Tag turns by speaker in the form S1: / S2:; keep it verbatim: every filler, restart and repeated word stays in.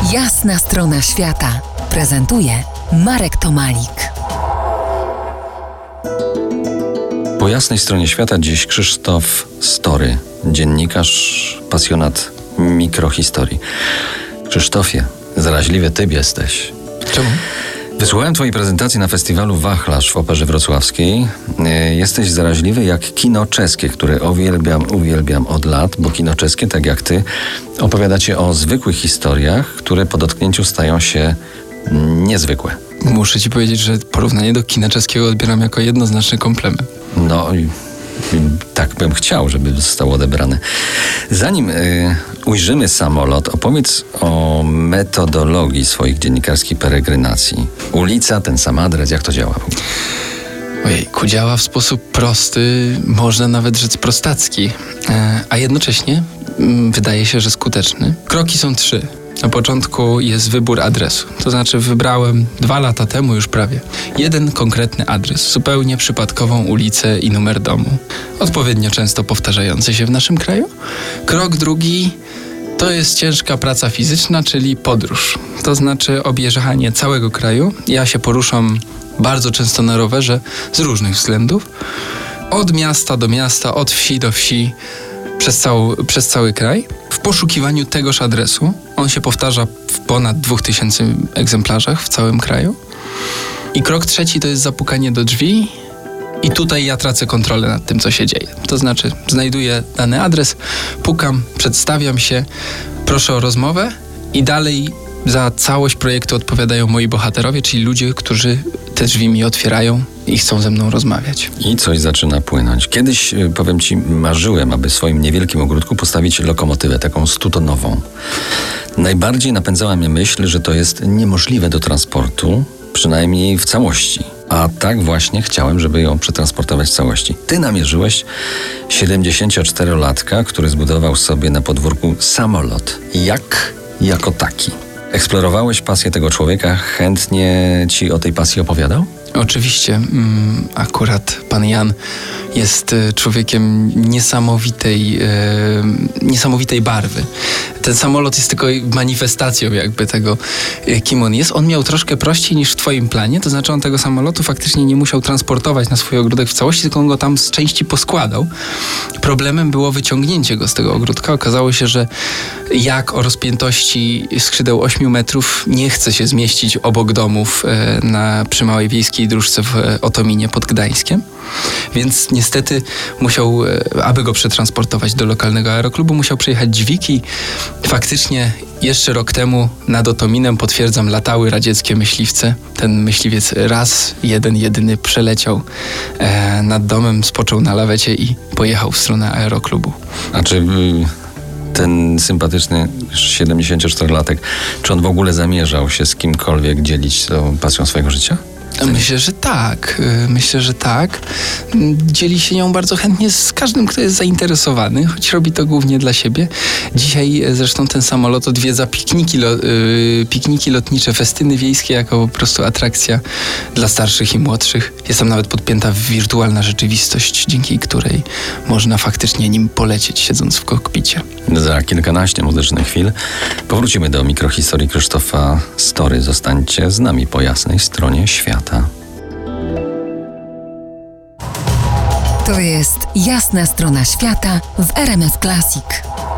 S1: Jasna strona świata prezentuje Marek Tomalik.
S2: Po jasnej stronie świata dziś Krzysztof Story, dziennikarz, pasjonat mikrohistorii. Krzysztofie, zaraźliwy typ jesteś.
S3: Czemu?
S2: Wysłuchałem twojej prezentacji na festiwalu Wachlarz w Operze Wrocławskiej. Jesteś zaraźliwy jak kino czeskie, które uwielbiam, uwielbiam od lat, bo kino czeskie, tak jak ty, opowiadacie o zwykłych historiach, które po dotknięciu stają się niezwykłe.
S3: Muszę ci powiedzieć, że porównanie do kina czeskiego odbieram jako jednoznaczny komplement.
S2: No i tak bym chciał, żeby zostało odebrane. Zanim y, ujrzymy samolot, opowiedz o metodologii swoich dziennikarskich peregrinacji. Ulica, ten sam adres, jak to działa?
S3: Ojejku, działa w sposób prosty, można nawet rzec prostacki, e, a jednocześnie mm, wydaje się, że skuteczny. Kroki są trzy. Na początku jest wybór adresu, to znaczy wybrałem dwa lata temu już prawie jeden konkretny adres, zupełnie przypadkową ulicę i numer domu, odpowiednio często powtarzający się w naszym kraju. Krok drugi to jest ciężka praca fizyczna, czyli podróż, to znaczy objechanie całego kraju. Ja się poruszam bardzo często na rowerze z różnych względów, od miasta do miasta, od wsi do wsi, Przez, całą, przez cały kraj, w poszukiwaniu tegoż adresu. On się powtarza w ponad dwóch tysięcy egzemplarzach w całym kraju. I krok trzeci to jest zapukanie do drzwi i tutaj ja tracę kontrolę nad tym, co się dzieje. To znaczy znajduję dany adres, pukam, przedstawiam się, proszę o rozmowę i dalej za całość projektu odpowiadają moi bohaterowie, czyli ludzie, którzy te drzwi mi otwierają i chcą ze mną rozmawiać.
S2: I coś zaczyna płynąć. Kiedyś, powiem ci, marzyłem, aby w swoim niewielkim ogródku postawić lokomotywę, taką stutonową. Najbardziej napędzała mnie myśl, że to jest niemożliwe do transportu, przynajmniej w całości. A tak właśnie chciałem, żeby ją przetransportować w całości. Ty namierzyłeś siedemdziesięcioczterolatka, który zbudował sobie na podwórku samolot. Jak jako taki? Eksplorowałeś pasję tego człowieka? Chętnie ci o tej pasji opowiadał?
S3: Oczywiście. Akurat pan Jan jest człowiekiem niesamowitej, niesamowitej barwy. Ten samolot jest tylko manifestacją jakby tego, kim on jest. On miał troszkę prościej niż w twoim planie, to znaczy on tego samolotu faktycznie nie musiał transportować na swój ogródek w całości, tylko on go tam z części poskładał. Problemem było wyciągnięcie go z tego ogródka. Okazało się, że jak o rozpiętości skrzydeł ośmiu metrów nie chce się zmieścić obok domów na, przy Małej Wiejskiej dróżce w Otominie pod Gdańskiem. Więc niestety musiał, aby go przetransportować do lokalnego aeroklubu, musiał przejechać dźwig i faktycznie jeszcze rok temu nad Otominem, potwierdzam, latały radzieckie myśliwce. Ten myśliwiec raz, jeden, jedyny przeleciał e, nad domem, spoczął na lawecie i pojechał w stronę aeroklubu.
S2: A czy ten sympatyczny siedemdziesięcioczterolatek, czy on w ogóle zamierzał się z kimkolwiek dzielić tą pasją swojego życia?
S3: Myślę, że tak. Myślę, że tak. Dzieli się nią bardzo chętnie z każdym, kto jest zainteresowany, choć robi to głównie dla siebie. Dzisiaj zresztą ten samolot odwiedza pikniki, lo, yy, pikniki lotnicze, festyny wiejskie jako po prostu atrakcja dla starszych i młodszych. Jest tam nawet podpięta wirtualna rzeczywistość, dzięki której można faktycznie nim polecieć, siedząc w kokpicie.
S2: Za kilkanaście muzycznych chwil powrócimy do mikrohistorii Krzysztofa Story. Zostańcie z nami po jasnej stronie świata.
S1: To jest Jasna strona świata w R M F Classic.